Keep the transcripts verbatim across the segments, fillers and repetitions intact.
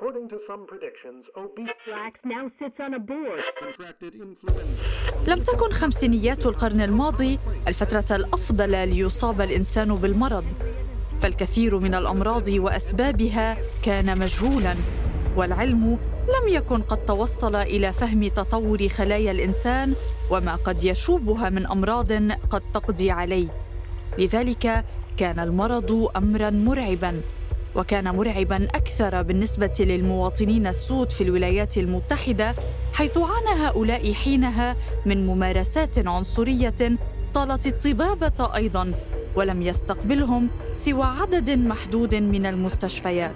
According to some predictions, obese Flax now sits on a board. contracted influenza. لم تكن خمسينيات القرن الماضي الفترة الأفضل ليصاب الإنسان بالمرض، فالكثير من الأمراض وأسبابها كان مجهولاً، والعلم لم يكن قد توصل إلى فهم تطور خلايا الإنسان وما قد يشوبها من أمراض قد تقضي عليه. لذلك كان المرض أمراً مرعباً، وكان مرعباً أكثر بالنسبة للمواطنين السود في الولايات المتحدة، حيث عانى هؤلاء حينها من ممارسات عنصرية طالت الطبابة أيضاً، ولم يستقبلهم سوى عدد محدود من المستشفيات.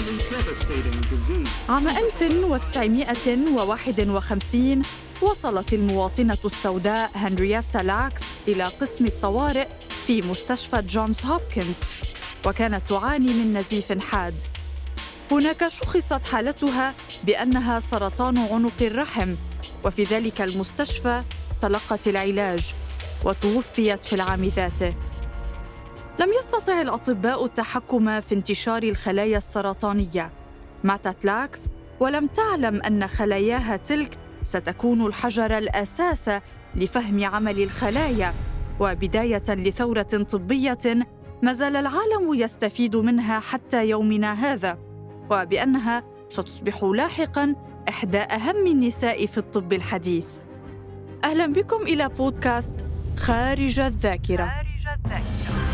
عام ألف وتسعمائة وواحد وخمسين وصلت المواطنة السوداء هنرييتا لاكس إلى قسم الطوارئ في مستشفى جونز هوبكنز، وكانت تعاني من نزيف حاد. هناك شخصت حالتها بأنها سرطان عنق الرحم، وفي ذلك المستشفى تلقت العلاج وتوفيت في العام ذاته. لم يستطع الأطباء التحكم في انتشار الخلايا السرطانية. ماتت لاكس ولم تعلم أن خلاياها تلك ستكون الحجر الأساس لفهم عمل الخلايا وبداية لثورة طبية ما زال العالم يستفيد منها حتى يومنا هذا، وبأنها ستصبح لاحقاً إحدى أهم النساء في الطب الحديث. أهلاً بكم إلى بودكاست خارج الذاكرة. خارج الذاكرة.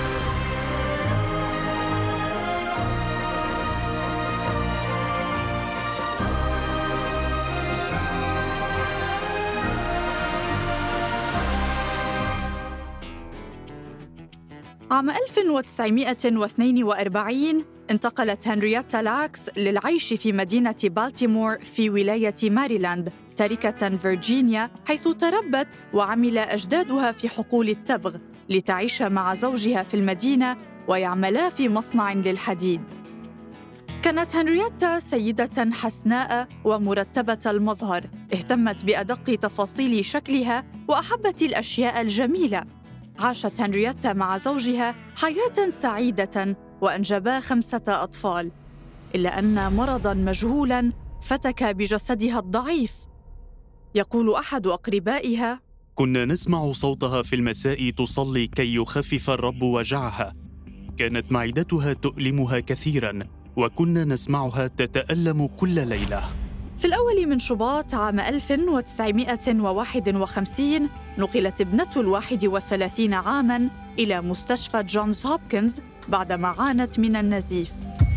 عام ألف وتسعمائة واثنين وأربعين انتقلت هنرييتا لاكس للعيش في مدينة بالتيمور في ولاية ماريلاند، تركة فيرجينيا، حيث تربت وعمل أجدادها في حقول التبغ لتعيش مع زوجها في المدينة ويعملا في مصنع للحديد. كانت هنرييتا سيدة حسناء ومرتبة المظهر، اهتمت بأدق تفاصيل شكلها وأحبت الأشياء الجميلة. عاشت هنرييتا مع زوجها حياة سعيدة وأنجبا خمسة أطفال، إلا أن مرضاً مجهولاً فتك بجسدها الضعيف. يقول أحد أقربائها: كنا نسمع صوتها في المساء تصلي كي يخفف الرب وجعها. كانت معدتها تؤلمها كثيراً، وكنا نسمعها تتألم كل ليلة. في الأول من شباط عام ألف وتسعمائة وواحد وخمسين نقلت ابنة الواحد والثلاثين عاماً إلى مستشفى جونز هوبكنز بعدما عانت من النزيف.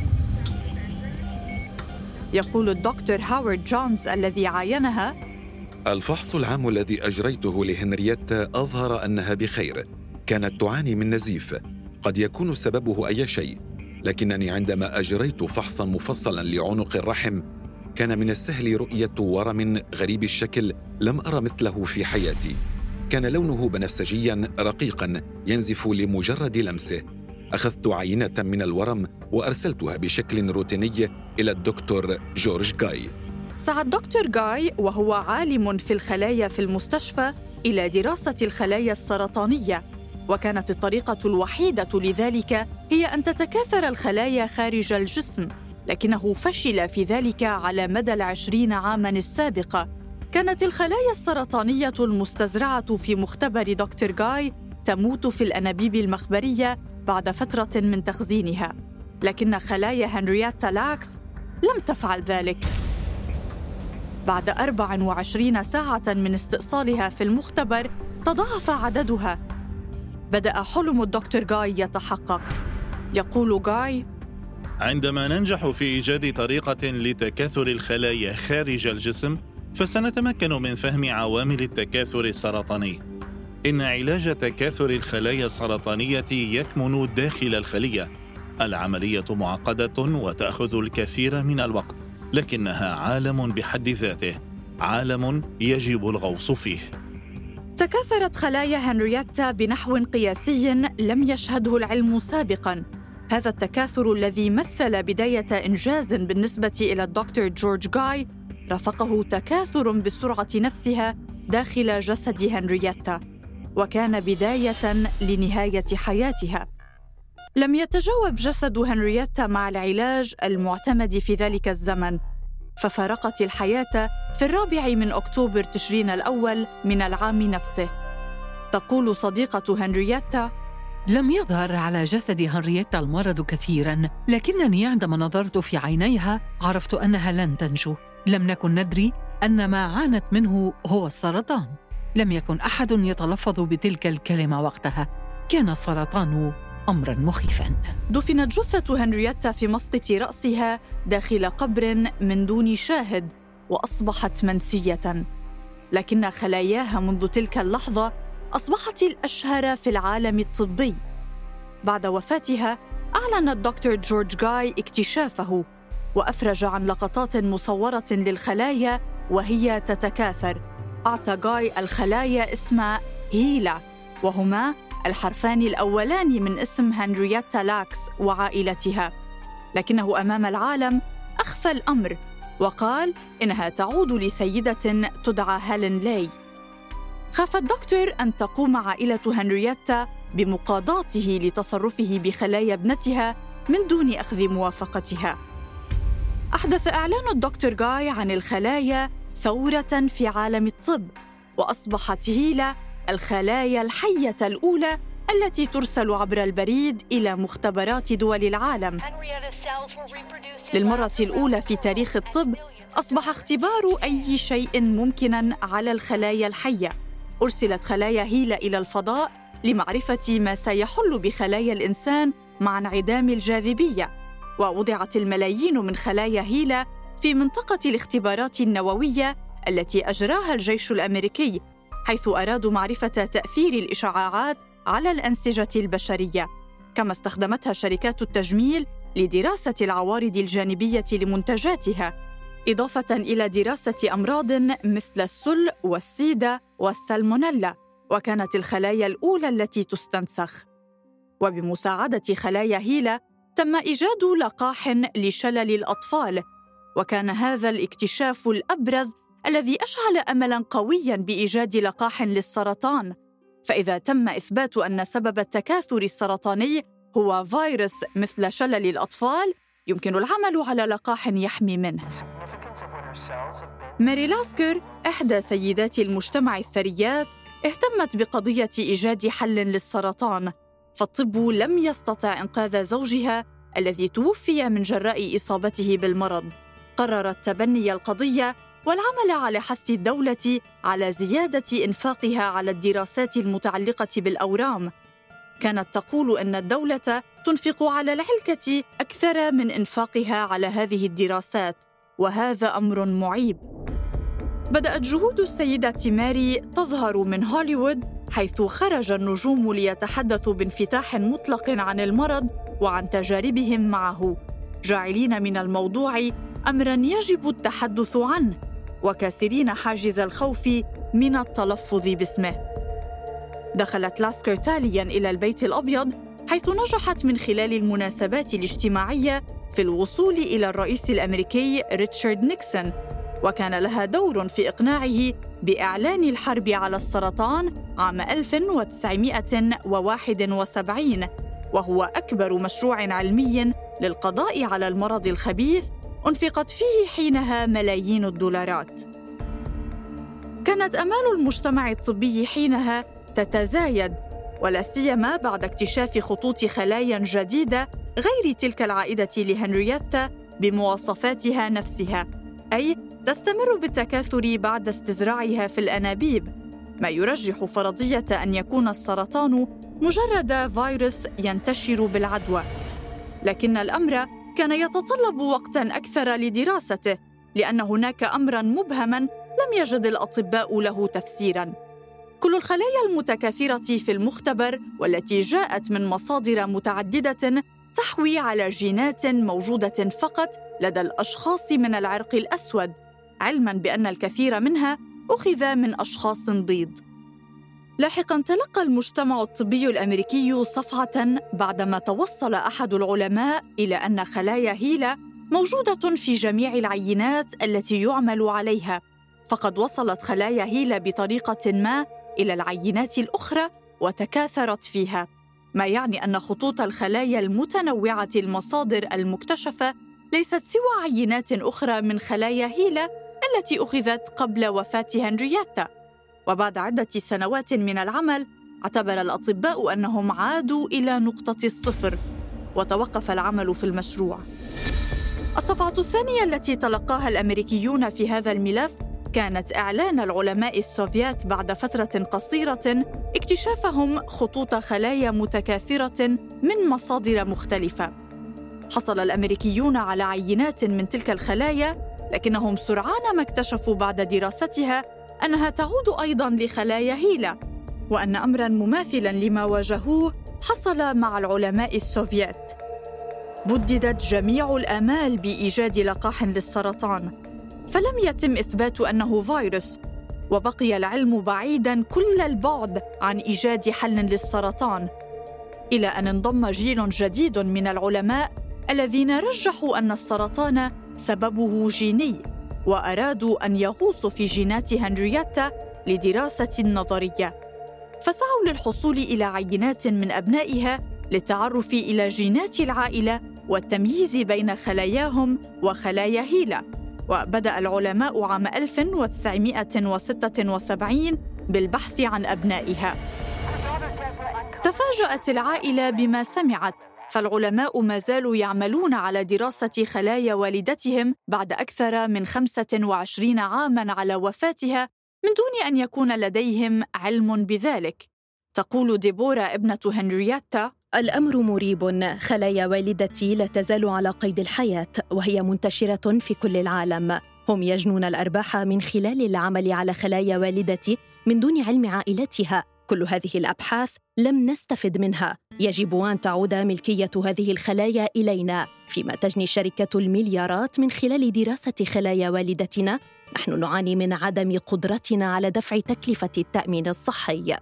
يقول الدكتور هاورد جونز الذي عاينها: الفحص العام الذي أجريته لهنرييتا أظهر أنها بخير. كانت تعاني من نزيف قد يكون سببه أي شيء، لكنني عندما أجريت فحصاً مفصلاً لعنق الرحم كان من السهل رؤية ورم غريب الشكل لم أرى مثله في حياتي. كان لونه بنفسجياً رقيقاً ينزف لمجرد لمسه. أخذت عينة من الورم وأرسلتها بشكل روتيني إلى الدكتور جورج غاي. سعى الدكتور غاي وهو عالم في الخلايا في المستشفى إلى دراسة الخلايا السرطانية، وكانت الطريقة الوحيدة لذلك هي أن تتكاثر الخلايا خارج الجسم، لكنه فشل في ذلك على مدى العشرين عاماً السابقة. كانت الخلايا السرطانية المستزرعة في مختبر دكتور غاي تموت في الأنابيب المخبرية بعد فترة من تخزينها، لكن خلايا هنرييتا لاكس لم تفعل ذلك. بعد أربع وعشرين ساعة من استئصالها في المختبر تضاعف عددها. بدأ حلم الدكتور غاي يتحقق. يقول غاي: عندما ننجح في إيجاد طريقة لتكاثر الخلايا خارج الجسم فسنتمكن من فهم عوامل التكاثر السرطاني. إن علاج تكاثر الخلايا السرطانية يكمن داخل الخلية. العملية معقدة وتأخذ الكثير من الوقت، لكنها عالم بحد ذاته، عالم يجب الغوص فيه. تكاثرت خلايا هنرييتا بنحو قياسي لم يشهده العلم سابقاً. هذا التكاثر الذي مثل بداية إنجاز بالنسبة إلى الدكتور جورج غاي رافقه تكاثر بالسرعة نفسها داخل جسد هنرييتا، وكان بداية لنهاية حياتها. لم يتجاوب جسد هنرييتا مع العلاج المعتمد في ذلك الزمن، ففارقت الحياة في الرابع من أكتوبر تشرين الأول من العام نفسه. تقول صديقة هنرييتا: لم يظهر على جسد هنرييتا المرض كثيراً، لكنني عندما نظرت في عينيها عرفت أنها لن تنجو. لم نكن ندري أن ما عانت منه هو السرطان. لم يكن أحد يتلفظ بتلك الكلمة وقتها. كان السرطان أمراً مخيفاً. دفنت جثة هنرييتا في مسقط رأسها داخل قبر من دون شاهد، وأصبحت منسية. لكن خلاياها منذ تلك اللحظة أصبحت الأشهر في العالم الطبي. بعد وفاتها أعلن الدكتور جورج جاي اكتشافه، وأفرج عن لقطات مصورة للخلايا وهي تتكاثر. أعطى جاي الخلايا اسم هيلا، وهما الحرفان الأولان من اسم هنرييتا لاكس وعائلتها. لكنه أمام العالم أخفى الأمر وقال إنها تعود لسيدة تدعى هيلين لاي. خاف الدكتور أن تقوم عائلة هنرييتا بمقاضاته لتصرفه بخلايا ابنتها من دون أخذ موافقتها. أحدث إعلان الدكتور جاي عن الخلايا ثورة في عالم الطب، وأصبحت هيلا الخلايا الحية الأولى التي ترسل عبر البريد إلى مختبرات دول العالم. للمرة الأولى في تاريخ الطب أصبح اختبار أي شيء ممكناً على الخلايا الحية. أرسلت خلايا هيلا إلى الفضاء لمعرفة ما سيحل بخلايا الإنسان مع انعدام الجاذبية، ووضعت الملايين من خلايا هيلا في منطقة الاختبارات النووية التي أجراها الجيش الأمريكي، حيث أرادوا معرفة تأثير الإشعاعات على الأنسجة البشرية. كما استخدمتها شركات التجميل لدراسة العوارض الجانبية لمنتجاتها، إضافة إلى دراسة أمراض مثل السل والسيدا والسالمونيلا، وكانت الخلايا الأولى التي تستنسخ. وبمساعدة خلايا هيلا تم إيجاد لقاح لشلل الأطفال، وكان هذا الاكتشاف الأبرز الذي أشعل أملاً قوياً بإيجاد لقاح للسرطان. فإذا تم إثبات أن سبب التكاثر السرطاني هو فيروس مثل شلل الأطفال، يمكن العمل على لقاح يحمي منه. ماري لاسكر، إحدى سيدات المجتمع الثريات، اهتمت بقضية إيجاد حل للسرطان، فالطب لم يستطع إنقاذ زوجها الذي توفي من جراء إصابته بالمرض. قررت تبني القضية والعمل على حث الدولة على زيادة إنفاقها على الدراسات المتعلقة بالأورام. كانت تقول أن الدولة تنفق على العلكة أكثر من إنفاقها على هذه الدراسات، وهذا أمر معيب. بدأت جهود السيدة ماري تظهر من هوليوود، حيث خرج النجوم ليتحدثوا بانفتاح مطلق عن المرض وعن تجاربهم معه، جاعلين من الموضوع أمراً يجب التحدث عنه، وكاسرين حاجز الخوف من التلفظ باسمه. دخلت لاسكر تالياً إلى البيت الأبيض، حيث نجحت من خلال المناسبات الاجتماعية في الوصول إلى الرئيس الأمريكي ريتشارد نيكسون، وكان لها دور في إقناعه بإعلان الحرب على السرطان عام ألف وتسعمائة وواحد وسبعين، وهو أكبر مشروع علمي للقضاء على المرض الخبيث أنفقت فيه حينها ملايين الدولارات. كانت آمال المجتمع الطبي حينها تتزايد، ولا سيما بعد اكتشاف خطوط خلايا جديدة غير تلك العائدة لهنرييتا بمواصفاتها نفسها، أي تستمر بالتكاثر بعد استزراعها في الأنابيب، ما يرجح فرضية أن يكون السرطان مجرد فيروس ينتشر بالعدوى. لكن الأمر كان يتطلب وقتاً أكثر لدراسته، لأن هناك أمراً مبهماً لم يجد الأطباء له تفسيراً. كل الخلايا المتكاثرة في المختبر والتي جاءت من مصادر متعددة تحوي على جينات موجودة فقط لدى الأشخاص من العرق الأسود، علماً بأن الكثير منها أخذ من أشخاص بيض. لاحقاً تلقى المجتمع الطبي الأمريكي صفعة بعدما توصل أحد العلماء إلى أن خلايا هيلا موجودة في جميع العينات التي يعمل عليها، فقد وصلت خلايا هيلا بطريقة ما إلى العينات الأخرى وتكاثرت فيها. ما يعني أن خطوط الخلايا المتنوعة المصادر المكتشفة ليست سوى عينات أخرى من خلايا هيلا التي أخذت قبل وفاة هنرييتا. وبعد عدة سنوات من العمل، اعتبر الأطباء أنهم عادوا إلى نقطة الصفر، وتوقف العمل في المشروع. الصفعة الثانية التي تلقاها الأمريكيون في هذا الملف كانت إعلان العلماء السوفيات بعد فترة قصيرة اكتشافهم خطوط خلايا متكاثرة من مصادر مختلفة. حصل الأمريكيون على عينات من تلك الخلايا، لكنهم سرعان ما اكتشفوا بعد دراستها أنها تعود أيضاً لخلايا هيلا، وأن أمراً مماثلاً لما واجهوه حصل مع العلماء السوفيات. بددت جميع الآمال بإيجاد لقاح للسرطان، فلم يتم إثبات أنه فيروس، وبقي العلم بعيداً كل البعد عن إيجاد حل للسرطان، إلى أن انضم جيل جديد من العلماء الذين رجحوا أن السرطان سببه جيني، وأرادوا أن يغوصوا في جينات هنرييتا لدراسة نظرية، فسعوا للحصول إلى عينات من أبنائها للتعرف إلى جينات العائلة والتمييز بين خلاياهم وخلايا هيلا. وبدأ العلماء عام ألف وتسعمائة وستة وسبعين بالبحث عن أبنائها. تفاجأت العائلة بما سمعت، فالعلماء ما زالوا يعملون على دراسة خلايا والدتهم بعد أكثر من خمسة وعشرين عاماً على وفاتها، من دون أن يكون لديهم علم بذلك. تقول ديبورا ابنة هنرييتا: الأمر مريب، خلايا والدتي لا تزال على قيد الحياة، وهي منتشرة في كل العالم. هم يجنون الأرباح من خلال العمل على خلايا والدتي من دون علم عائلتها. كل هذه الأبحاث لم نستفد منها. يجب أن تعود ملكية هذه الخلايا إلينا، فيما تجني الشركة المليارات من خلال دراسة خلايا والدتنا. نحن نعاني من عدم قدرتنا على دفع تكلفة التأمين الصحي.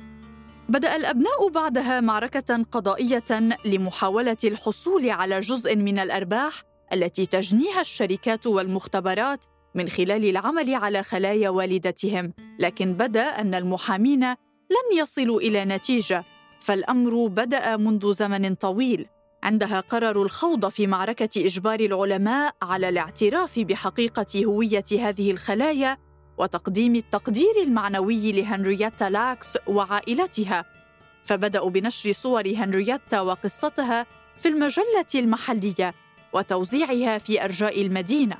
بدأ الأبناء بعدها معركة قضائية لمحاولة الحصول على جزء من الأرباح التي تجنيها الشركات والمختبرات من خلال العمل على خلايا والدتهم، لكن بدا أن المحامين لن يصلوا إلى نتيجة، فالأمر بدأ منذ زمن طويل. عندها قرروا الخوض في معركة إجبار العلماء على الاعتراف بحقيقة هوية هذه الخلايا وتقديم التقدير المعنوي لهنرييتا لاكس وعائلتها، فبدأوا بنشر صور هنرييتا وقصتها في المجلة المحلية وتوزيعها في أرجاء المدينة.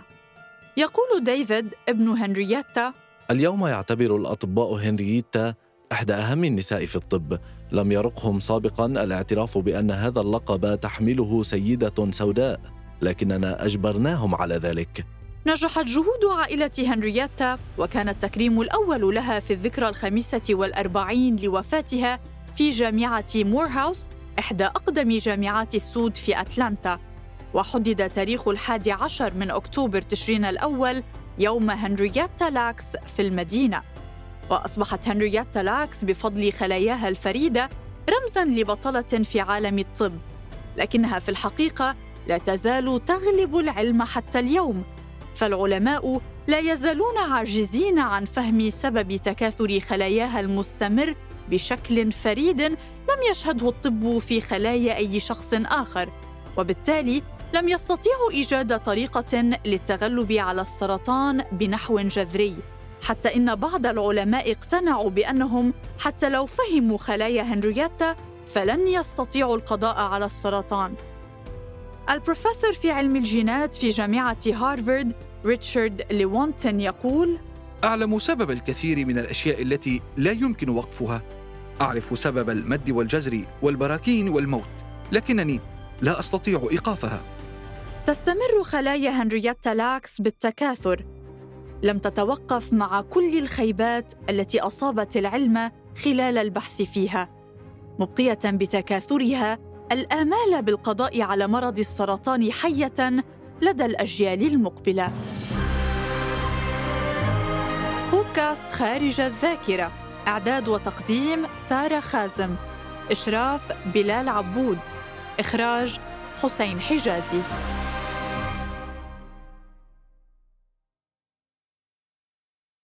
يقول ديفيد ابن هنرييتا: اليوم يعتبر الأطباء هنرييتا إحدى أهم النساء في الطب. لم يرقهم سابقاً الاعتراف بأن هذا اللقب تحمله سيدة سوداء، لكننا أجبرناهم على ذلك. نجحت جهود عائلة هنرييتا، وكان التكريم الأول لها في الذكرى الخامسة والأربعين لوفاتها في جامعة مورهاوس، إحدى أقدم جامعات السود في أتلانتا. وحدد تاريخ الحادي عشر من أكتوبر تشرين الأول يوم هنرييتا لاكس في المدينة. وأصبحت هنرييتا لاكس بفضل خلاياها الفريدة رمزاً لبطلة في عالم الطب، لكنها في الحقيقة لا تزال تغلب العلم حتى اليوم، فالعلماء لا يزالون عاجزين عن فهم سبب تكاثر خلاياها المستمر بشكل فريد لم يشهده الطب في خلايا أي شخص آخر، وبالتالي لم يستطيعوا إيجاد طريقة للتغلب على السرطان بنحو جذري، حتى إن بعض العلماء اقتنعوا بأنهم حتى لو فهموا خلايا هنرييتا فلن يستطيعوا القضاء على السرطان. البروفيسور في علم الجينات في جامعة هارفارد ريتشارد ليوونتن يقول: أعلم سبب الكثير من الأشياء التي لا يمكن وقفها. أعرف سبب المد والجزر والبراكين والموت، لكنني لا أستطيع إيقافها. تستمر خلايا هنرييتا لاكس بالتكاثر، لم تتوقف مع كل الخيبات التي أصابت العلم خلال البحث فيها، مبقية بتكاثرها الآمال بالقضاء على مرض السرطان حية لدى الأجيال المقبلة. بودكاست خارج الذاكرة، إعداد وتقديم سارة خازم، إشراف بلال عبود، إخراج حسين حجازي.